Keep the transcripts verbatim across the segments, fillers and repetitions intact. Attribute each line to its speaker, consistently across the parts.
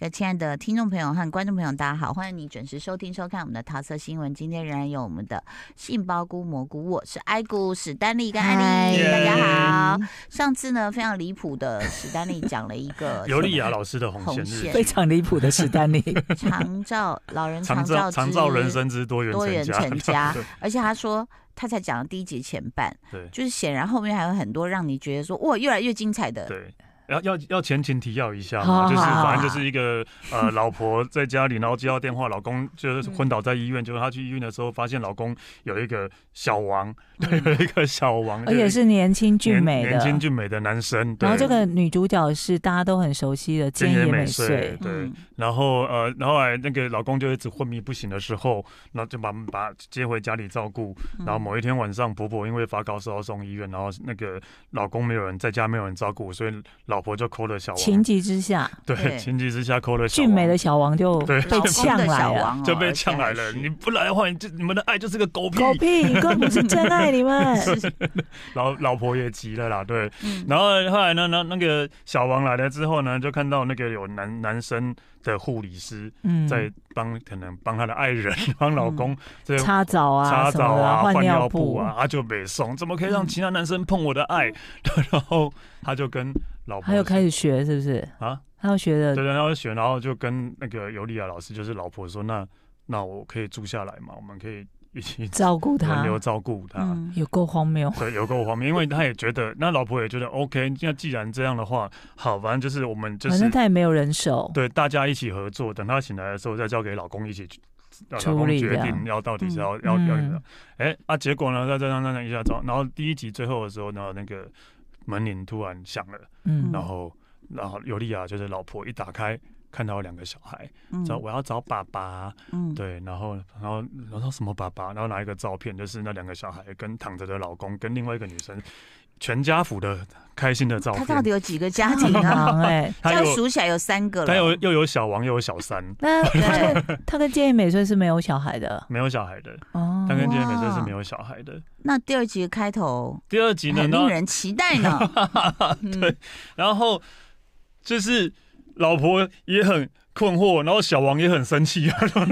Speaker 1: 各位亲爱的听众朋友和观众朋友，大家好，欢迎你准时收听收看我们的桃色新闻。今天仍然有我们的杏鲍菇蘑菇，我是爱菇史丹利跟艾莉，大家好。上次呢，非常离谱的史丹利讲了一个
Speaker 2: 尤莉亚老师的红线日记，
Speaker 3: 非常离谱的史丹利，
Speaker 1: 长照老人
Speaker 2: 长照长照人生之多元
Speaker 1: 多元成家，而且他说。他才讲了第一集前半，对，就是显然后面还有很多让你觉得说哇越来越精彩的。
Speaker 2: 对，要要要前情提要一下嘛，就是反正就是一个呃老婆在家里，然后接到电话，老公就是昏倒在医院，结果他去医院的时候发现老公有一个小王，对，有一个小王，
Speaker 3: 而且是年轻俊美的
Speaker 2: 年轻俊美的男生。
Speaker 3: 然后这个女主角是大家都很熟悉的菅野美穗，
Speaker 2: 对。然后呃，然后来那个老公就一直昏迷不醒的时候，然后就把把接回家里照顾。然后某一天晚上，婆婆因为发高烧送医院，然后那个老公没有人在家，没有人照顾，所以老婆就抠了小王。
Speaker 3: 情急之下，
Speaker 2: 对，情急之下抠了小王。
Speaker 3: 俊美的小王就被呛来了，
Speaker 2: 就被呛来了。你不来的话，你就你们的爱就是个狗屁，
Speaker 3: 狗屁，根本不是真爱，你们。
Speaker 2: 老老婆也急了啦，对。然后后来呢，那那个小王来了之后呢，就看到那个有男男生的护理师在帮，可能帮他的爱人、帮老公
Speaker 3: 擦澡啊、
Speaker 2: 擦澡啊、换尿
Speaker 3: 布
Speaker 2: 啊，他就没送，怎么可以让其他男生碰我的爱？然后他就跟老婆，
Speaker 3: 他又开始学，是不是啊？他要学的，
Speaker 2: 对对，他要学，然后就跟那个尤莉亚老师，就是老婆说，那那我可以住下来嘛？我们可以一起
Speaker 3: 照顾他，
Speaker 2: 轮流照顾他，
Speaker 3: 嗯、有够荒谬。
Speaker 2: 对，有够荒谬，因为他也觉得，那老婆也觉得 OK。那既然这样的话，好，反正就是我们就是，
Speaker 3: 反正他也没有人手，
Speaker 2: 对，大家一起合作，等他醒来的时候再交给老公一起，老公决定要到底是要、嗯、要要要，哎、欸、啊，结果呢，在这样这样一下照，然后第一集最后的时候呢，那个门铃突然响了，嗯，然后然后尤莉亚就是老婆一打开。看到两个小孩，说我要找爸爸，嗯，对，然后然后然后什么爸爸，然后拿一个照片，就是那两个小孩跟躺着的老公跟另外一个女生，全家福的开心的照片。
Speaker 1: 他到底有几个家庭啊？哎，这样数起来有三个了。
Speaker 2: 他有又有小王又有小三。
Speaker 3: 那他跟他跟菅野美穗是没有小孩的，
Speaker 2: 没有小孩的。哦，他跟菅野美穗是没有小孩的。
Speaker 1: 那第二集的开头，
Speaker 2: 第二集呢，
Speaker 1: 令人期待呢。
Speaker 2: 对，然后就是。老婆也很困惑，然后小王也很生气。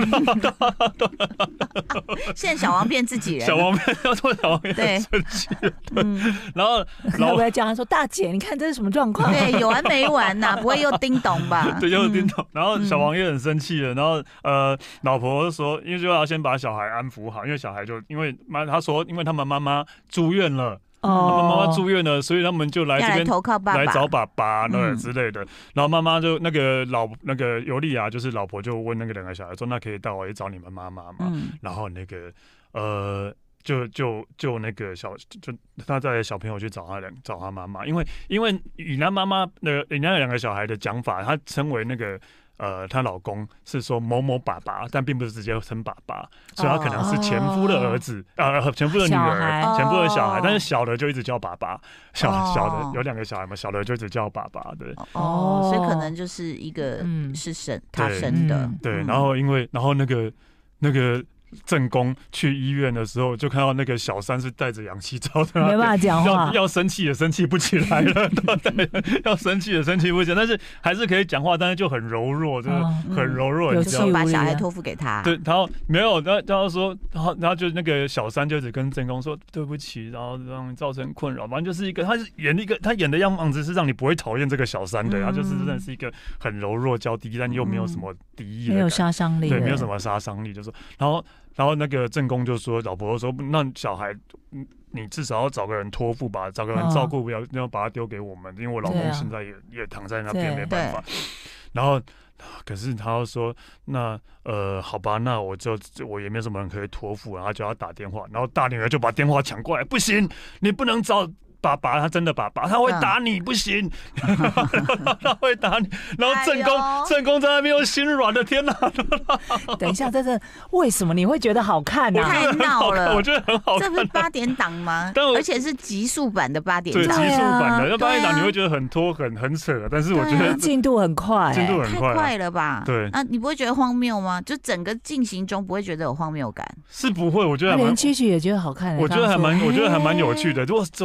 Speaker 1: 现在小王变自己人，
Speaker 2: 小王变要说小王也很生气了。对，嗯、然后
Speaker 3: 老婆叫他说：“大姐，你看这是什么状况？”
Speaker 1: 对，有完没完呐、啊？不会又叮咚吧？
Speaker 2: 对，又叮咚。然后小王也很生气了。然后呃，老婆说，因为就要先把小孩安抚好，因为小孩就因为妈他说，因为他们妈妈住院了。哦，他们妈妈住院了，所以他们就来这边
Speaker 1: 投靠爸爸，
Speaker 2: 来找爸爸那之类的。然后妈妈就那个老那个尤莉亚，就是老婆就问那个两个小孩说：“那可以带我去找你们妈妈吗？”嗯、然后那个呃，就就就那个小就他带小朋友去找他两找他妈妈，因为因为以那妈妈的以那两个小孩的讲法，他称为那个。呃，她老公是说某某爸爸，但并不是直接称爸爸，所以他可能是前夫的儿子，哦、呃，前夫的女儿，前夫的小孩，但是小的就一直叫爸爸，小、哦、小的有两个小孩嘛，小的就一直叫爸爸，对。
Speaker 1: 哦，所以可能就是一个是生他生的，
Speaker 2: 对，对，然后因为然后那个那个。正宫去医院的时候，就看到那个小三是带着氧气罩的，
Speaker 3: 没办法讲话，
Speaker 2: 要要生气也生气不起来了，对，要生气也生气不起来，但是还是可以讲话，但是就很柔弱，就是很柔弱，
Speaker 1: 有气把小孩托付给他，
Speaker 2: 对，然后没有，然后然后说，然后然后就那个小三就只跟正宫说对不起，然后让你造成困扰，反正就是一个，他是演一个，他演的样子是让你不会讨厌这个小三的，嗯、他就是真的是一个很柔弱娇滴，但又没有什么敌意的，
Speaker 3: 没有杀伤力，
Speaker 2: 对，没有什么杀伤力，就说，然后。然后那个正宫就说，老婆说，那小孩，你至少要找个人托付吧，找个人照顾，不要要把他丢给我们，因为我老公现在也、啊、也躺在那边，没办法。然后，可是他又说，那呃，好吧，那我就我也没有什么人可以托付，然后就要打电话，然后大女儿就把电话抢过来，不行，你不能找。爸爸，他真的爸爸，他会打你，嗯、不行，他会打你。然后正宫，哎、正宫在那边又心软的，天哪！
Speaker 3: 等一下，这是为什么你会觉得好看呢、啊？
Speaker 1: 太闹了，
Speaker 2: 我觉得很好看。
Speaker 1: 这不是八点档吗？而且是极速版的八点档，
Speaker 2: 对，极速版的。那八点档你会觉得很拖、很很扯，但是我觉得
Speaker 3: 进度很快，
Speaker 2: 进度很快，
Speaker 1: 太快了吧？
Speaker 2: 对，
Speaker 1: 啊，你不会觉得荒谬吗？就整个进行中不会觉得有荒谬感？
Speaker 2: 是不会，我觉得
Speaker 3: 连七曲也觉得好看。
Speaker 2: 我觉得还蛮，我觉得还蛮有趣的。如果怎么怎么又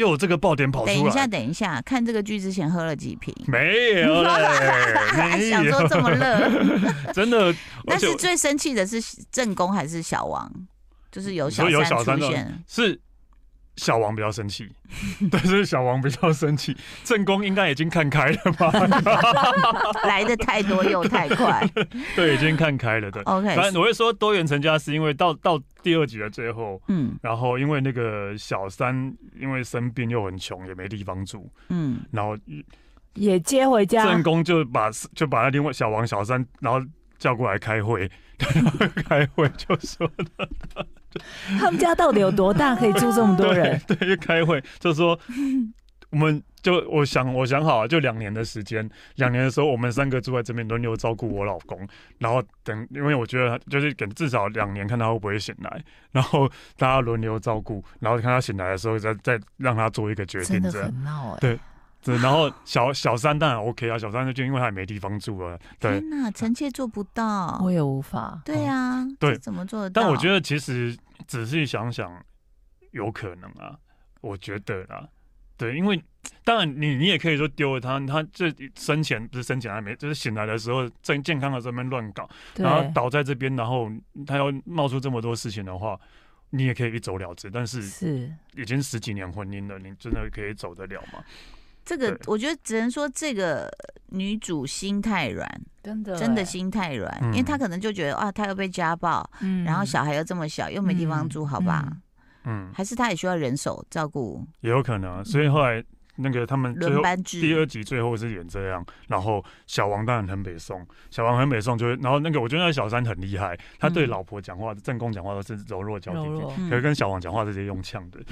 Speaker 2: 有这个爆点跑出来。
Speaker 1: 等一下，等一下，看这个剧之前喝了几瓶？
Speaker 2: 没有嘞，没有。
Speaker 1: 想说这么热，
Speaker 2: 真的。
Speaker 1: 但是最生气的是正宫还是小王？就是有小三出现，
Speaker 2: 是小王比较生气，对，是小王比较生气。正宫应该已经看开了吧？
Speaker 1: 来的太多又太快，
Speaker 2: 对，已经看开了的。
Speaker 1: OK，
Speaker 2: 反正我会说多元成家，是因为到到第二集的最后，
Speaker 1: 嗯，
Speaker 2: 然后因为那个小三因为生病又很穷，也没地方住，嗯，然后
Speaker 3: 也接回家，
Speaker 2: 正宫就把就把那另外小王小三，然后叫过来开会，开会就说
Speaker 3: 他们家到底有多大，可以住这么多人？
Speaker 2: 对，对，就开会就说，我们就我想我想好了，就两年的时间，两年的时候我们三个住在这边轮流照顾我老公，然后等，因为我觉得就是给至少两年看他会不会醒来，然后大家轮流照顾，然后看他醒来的时候再再让他做一个决定，
Speaker 3: 真的很闹哎、
Speaker 2: 欸，对。然后小小三当然 OK 啊，小三就因为他也没地方住了。对，
Speaker 1: 天哪，臣妾做不到，
Speaker 3: 我也无法。
Speaker 1: 对啊，
Speaker 2: 对，
Speaker 1: 怎么做得到？
Speaker 2: 但我觉得其实仔细想想，有可能啊，我觉得啦，对，因为当然你你也可以说丢了他，他这生前不是生前还没，就是醒来的时候正健康的这边乱搞，然后倒在这边，然后他要冒出这么多事情的话。你也可以一走了之，但是是已经十几年婚姻了，你真的可以走得了吗？
Speaker 1: 这个我觉得只能说这个女主心太软，
Speaker 3: 真的
Speaker 1: 真的心太软，嗯、因为她可能就觉得啊，她又被家暴，嗯、然后小孩又这么小，又没地方住，好吧？嗯，还是她也需要人手照顾，
Speaker 2: 也有可能啊。所以后来那个他们最后
Speaker 1: 轮班制，
Speaker 2: 第二集最后是演这样，然后小王当然很北宋，小王很北宋就会，然后那个我觉得那小三很厉害，他对老婆讲话、正宫讲话都是柔弱娇滴滴，可是跟小王讲话直接用呛的，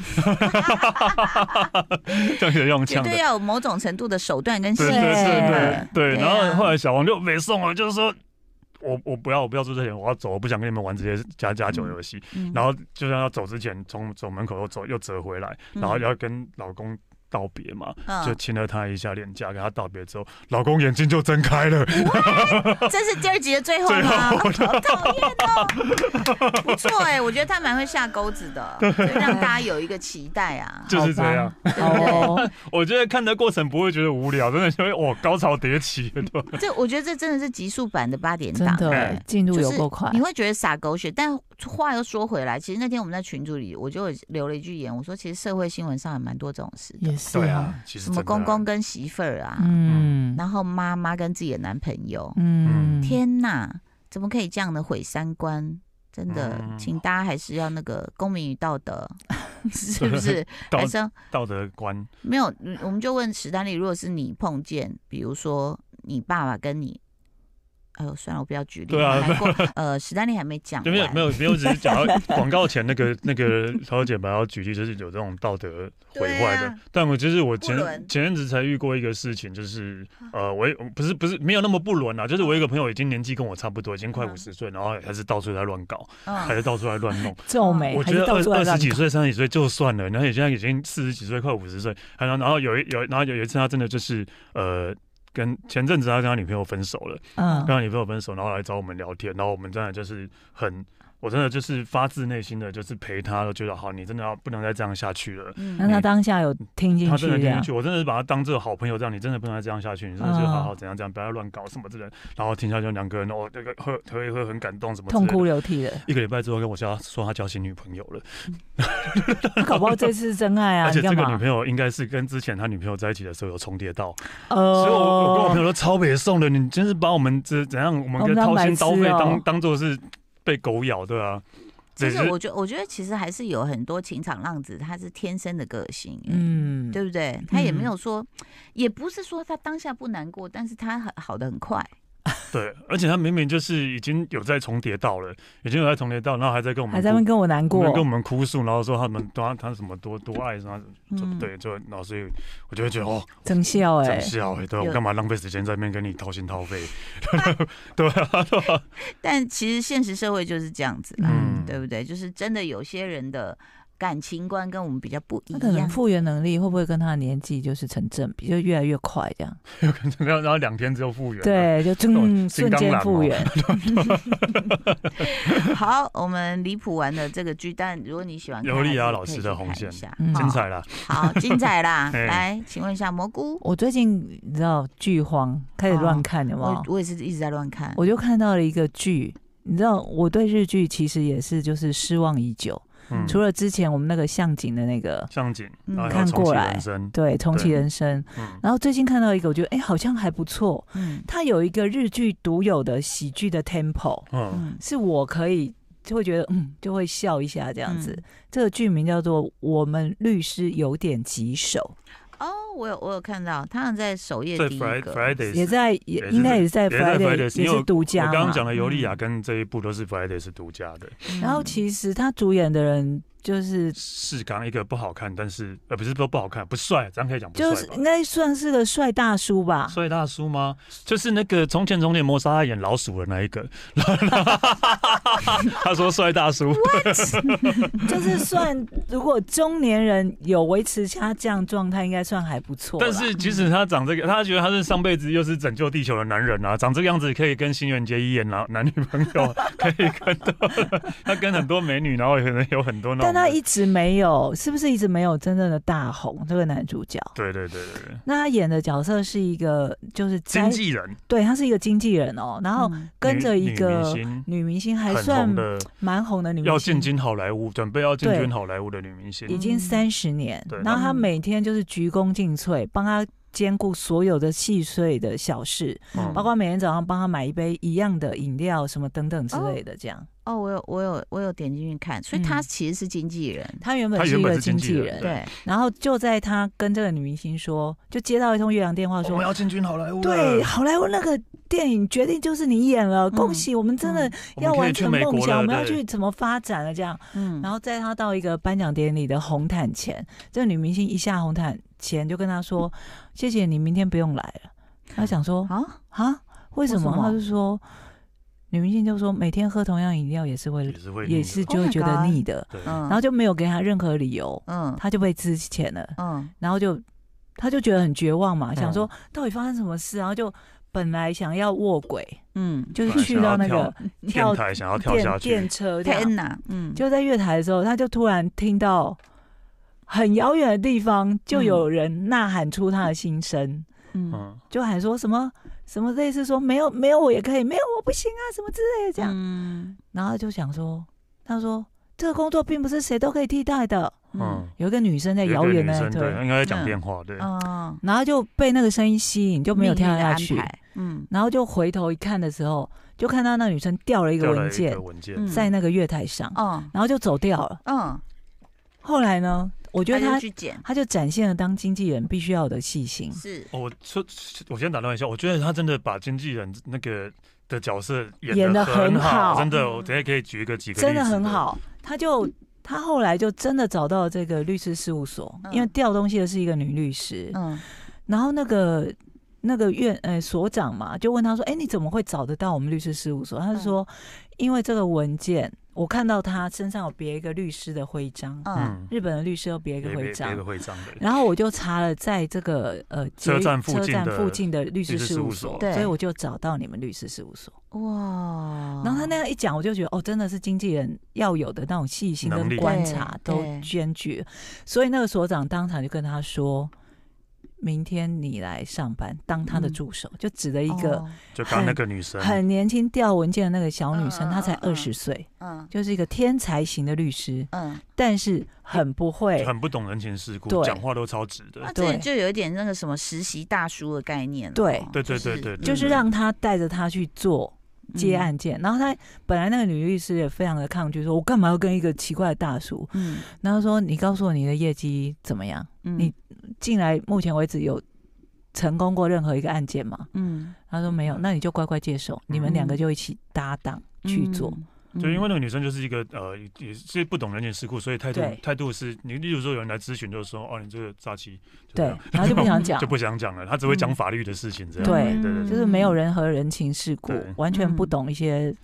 Speaker 2: 这样用呛的，
Speaker 1: 绝对要有某种程度的手段跟
Speaker 2: 对对对对对。然后后来小王就北宋了，就是说。我我不要我不要做这些，我要走，我不想跟你们玩这些加加酒游戏。嗯、然后就像要走之前，从走门口又走又折回来，然后要跟老公道别嘛，嗯、就亲了他一下脸颊，跟他道别之后，老公眼睛就睁开了。
Speaker 1: 这是第二集的最后吗？好讨厌哦！不错哎、欸，我觉得他蛮会下钩子的，让大家有一个期待啊。
Speaker 2: 就是这样。哦，我觉得看的过程不会觉得无聊，真的就会哇高潮迭起。
Speaker 1: 这我觉得这真的是极速版的八点档，
Speaker 3: 真的进度有够快。
Speaker 1: 你会觉得洒狗血，但话又说回来，其实那天我们在群组里，我就留了一句言，我说其实社会新闻上还蛮多这种事的。
Speaker 2: 对啊，其实
Speaker 1: 什么公公跟媳妇儿啊，嗯，然后妈妈跟自己的男朋友，嗯，天哪，怎么可以这样的毁三观？真的，嗯、请大家还是要那个公民与道德，是不是？还是要
Speaker 2: 道德观？
Speaker 1: 没有，我们就问史丹利，如果是你碰见，比如说你爸爸跟你。哎呦，算了，我不要举例。
Speaker 2: 对啊，
Speaker 1: 呃，史丹利还没讲完。
Speaker 2: 没有没有没有，只是讲到广告前那个那个陶姐本来要举例，就是有这种道德毁坏的。啊、但我就是我前前阵子才遇过一个事情，就是呃，我不是不是没有那么不伦啊，就是我有一个朋友已经年纪跟我差不多，已经快五十岁，然后还是到处在乱搞，嗯、还是到处在乱弄。
Speaker 3: 皱眉，
Speaker 2: 我觉得二二十几岁、三十几岁就算了，然后你现在已经四十几岁，快五十岁，然后然后有一有然后有一次他真的就是呃。跟前阵子他跟他女朋友分手了，嗯，跟他女朋友分手，然后来找我们聊天，然后我们真的就是很，我真的就是发自内心的就是陪他，就觉得好，你真的要不能再这样下去了。
Speaker 3: 嗯，那他当下有听进去，
Speaker 2: 他真的听进去，我真的是把他当这个好朋友这样，你真的不能再这样下去，你真的就好好怎样怎样，不要乱搞什么之类的。然后听下就两个人哦，那个喝喝一喝很感动什么，
Speaker 3: 痛哭流涕的。
Speaker 2: 一个礼拜之后跟我说说他交新女朋友了，
Speaker 3: 他搞不好这次是真爱啊！
Speaker 2: 而且这个女朋友应该是跟之前他女朋友在一起的时候有重叠到，哦、所以我我跟我朋友都超北宋的，你真是把我们这怎样，我们跟掏心掏肺当当做是被狗咬，对啊。
Speaker 1: 其实我觉得，我觉得其实还是有很多情场浪子，他是天生的个性，嗯，对不对？他也没有说，嗯、也不是说他当下不难过，但是他好得很快。
Speaker 2: 对，而且他明明就是已经有在重叠到了，已经有在重叠到，然后还在跟我们
Speaker 3: 还在跟我难过，
Speaker 2: 跟我们哭诉，然后说他们他他什么多多爱什么，嗯、对，就然后所以我就会觉得哦，
Speaker 3: 真笑哎、欸，
Speaker 2: 真笑哎、欸，对，我干嘛浪费时间在那边跟你掏心掏肺？对啊，对啊。
Speaker 1: 但其实现实社会就是这样子啦，嗯、对不对？就是真的有些人的感情观跟我们比较不一样。
Speaker 3: 他可能复原能力会不会跟他的年纪就是成正比，就越来越快这样？
Speaker 2: 有可能，然后两天之后复原。
Speaker 3: 对，就瞬瞬间复原。
Speaker 1: 好，我们离谱完的这个剧，但如果你喜欢看，
Speaker 2: 尤莉亚老师的红线，
Speaker 3: 嗯、
Speaker 2: 精彩啦！
Speaker 1: 好，精彩啦！来，请问一下蘑菇，
Speaker 3: 我最近你知道剧荒，开始乱看，有没有？
Speaker 1: 我我也是一直在乱看，
Speaker 3: 我就看到了一个剧，你知道，我对日剧其实也是就是失望已久。嗯、除了之前我们那个向井的那个
Speaker 2: 向井，
Speaker 3: 嗯、看过来，对，重启人生。嗯、然后最近看到一个，我觉得哎、欸，好像还不错。嗯，它有一个日剧独有的喜剧的 tempo， 嗯，是我可以就会觉得嗯，就会笑一下这样子。嗯、这个剧名叫做《我们律师有点棘手》。
Speaker 1: 哦，我有我有看到，他们在首页第一个，
Speaker 3: 也在也应该也是在 Fridays 也是独家嘛。
Speaker 2: 我刚刚讲的尤莉亚跟这一部都是 Fridays 独家的。
Speaker 3: 嗯、然后其实他主演的人就是
Speaker 2: 世刚，一个不好看，但是呃不是说不好看，不帅，这样可以讲不帅吧？
Speaker 3: 就是应该算是个帅大叔吧？
Speaker 2: 帅大叔吗？就是那个从前从前谋杀他演老鼠的那一个。他说帅大叔，
Speaker 3: 就是算如果中年人有维持他这样状态，应该算还不错。
Speaker 2: 但是即使他长这个，他觉得他是上辈子又是拯救地球的男人啊，长这个样子可以跟新垣结衣演男男女朋友，可以跟到他跟很多美女，然后可能有很多那种。
Speaker 3: 但他一直没有，是不是一直没有真正的大红？这个男主角，
Speaker 2: 对对对对对。
Speaker 3: 那他演的角色是一个就是
Speaker 2: 经纪人，
Speaker 3: 对，他是一个经纪人哦，然后跟着一个女明星，还算蛮红的女明星，
Speaker 2: 要进军好莱坞，准备要进军好莱坞的女明星，
Speaker 3: 已经三十年。然后他每天就是鞠躬尽瘁，帮他兼顾所有的细碎的小事，嗯、包括每天早上帮他买一杯一样的饮料，什么等等之类的，这样。
Speaker 1: 哦，我有我有我有点进去看，所以他其实是经纪人，
Speaker 3: 嗯、他原本是一个经纪人，对。然后就在他跟这个女明星说，就接到一通越洋电话说，
Speaker 2: 我们要进军好莱坞，
Speaker 3: 对，好莱坞那个电影决定就是你演了，嗯、恭喜，我们真的要完成梦想，我 们, 我们要去怎么发展了这样。嗯。然后在他到一个颁奖典礼的红毯前，这个女明星一下红毯前就跟他说：“谢谢你，明天不用来了。”他想说啊啊，为什么？他就说。女明星就说每天喝同样饮料也是会也是, 会也是就会觉得腻的，
Speaker 1: oh、
Speaker 3: 然后就没有给他任何理由，嗯，他就被资遣了，嗯，然后就他就觉得很绝望嘛，嗯、想说到底发生什么事，然后就本来想要卧轨，嗯，就是去到那个
Speaker 2: 跳台想要跳下去
Speaker 3: 电车，
Speaker 1: 天哪，嗯，
Speaker 3: 就在月台的时候，他就突然听到很遥远的地方就有人呐喊出他的心声，嗯，就喊说什么。什么类似说没有没有我也可以，没有我不行啊，什么之类的这样，嗯、然后就想说，他说这个工作并不是谁都可以替代的，嗯，有一个女生在遥远的
Speaker 2: 对，应该在讲电话，对，
Speaker 3: 嗯，然后就被那个声音吸引，就没有跳下去，嗯，然后就回头一看的时候，就看到那女生掉了一个文件，
Speaker 2: 文件
Speaker 3: 在那个月台上，嗯，然后就走掉了，嗯，后来呢？我觉得 他, 他, 就他就展现了当经纪人必须要有的细心。
Speaker 1: 是，
Speaker 2: 我说，我先打断一下，我觉得他真的把经纪人那个的角色
Speaker 3: 演得很好，
Speaker 2: 真的，我等一下可以举一个几个例子，
Speaker 3: 真的很好。他就他后来就真的找到这个律师事务所，嗯、因为调东西的是一个女律师，嗯，然后那个那个院呃所长嘛，就问他说：“哎、欸，你怎么会找得到我们律师事务所？”他就说：“嗯、因为这个文件。”我看到他身上有别一个律师的徽章，嗯，日本的律师有别一个徽章，
Speaker 2: 别一个徽章的。
Speaker 3: 然后我就查了，在这个呃
Speaker 2: 车站附近的
Speaker 3: 车站附近的律师事务所，所以我就找到你们律师事务所。哇！然后他那样一讲，我就觉得哦，真的是经纪人要有的那种细心跟观察都兼具。所以那个所长当场就跟他说。明天你来上班当他的助手，嗯、就指了一个、哦、
Speaker 2: 就刚那个女生
Speaker 3: 很年轻调文件的那个小女生，嗯、她才二十岁，嗯，就是一个天才型的律师，嗯，但是很不会，
Speaker 2: 很不懂人情世故，讲话都超直的，
Speaker 1: 那这就有一点那个什么实习大叔的概念了，
Speaker 3: 对，
Speaker 2: 对对对对，
Speaker 3: 就是让他带着他去做。接案件，嗯、然后他本来那个女律师也非常的抗拒，说：“我干嘛要跟一个奇怪的大叔？”嗯，然后说：“你告诉我你的业绩怎么样？嗯、你进来目前为止有成功过任何一个案件吗？”嗯，他说没有，那你就乖乖接受，嗯、你们两个就一起搭档去做。嗯
Speaker 2: 就因为那个女生就是一个呃，也是不懂人情世故，所以态度态度是你，例如说有人来咨询，就是说哦，你这个诈欺，
Speaker 3: 对，然后就不想讲，
Speaker 2: 就不想讲了，他只会讲法律的事情，这样，
Speaker 3: 对
Speaker 2: 对对，
Speaker 3: 就是没有任何人情世故，完全不懂一些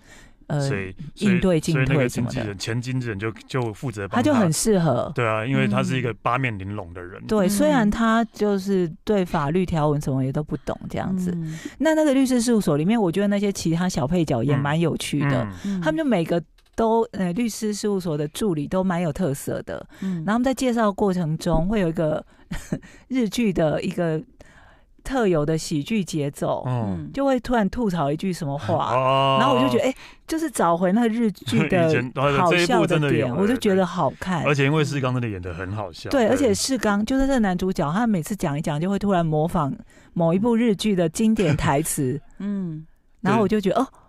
Speaker 3: 呃，
Speaker 2: 所以
Speaker 3: 应对进退
Speaker 2: 什么的，前经纪人就就负责帮他，
Speaker 3: 他就很适合，
Speaker 2: 对啊，因为他是一个八面玲珑的人，
Speaker 3: 嗯、对，虽然他就是对法律条文什么也都不懂这样子，嗯、那那个律师事务所里面，我觉得那些其他小配角也蛮有趣的，嗯嗯、他们就每个都呃律师事务所的助理都蛮有特色的，嗯，然后他们在介绍过程中会有一个日剧的一个特有的喜剧节奏，嗯，就会突然吐槽一句什么话，哦、然后我就觉得，哎、欸，就是找回那个日剧的好笑的点，我就觉得好看。
Speaker 2: 而且因为世刚真的演得很好笑，
Speaker 3: 对，而且世刚就是这个男主角，他每次讲一讲就会突然模仿某一部日剧的经典台词，嗯，然后我就觉得哦。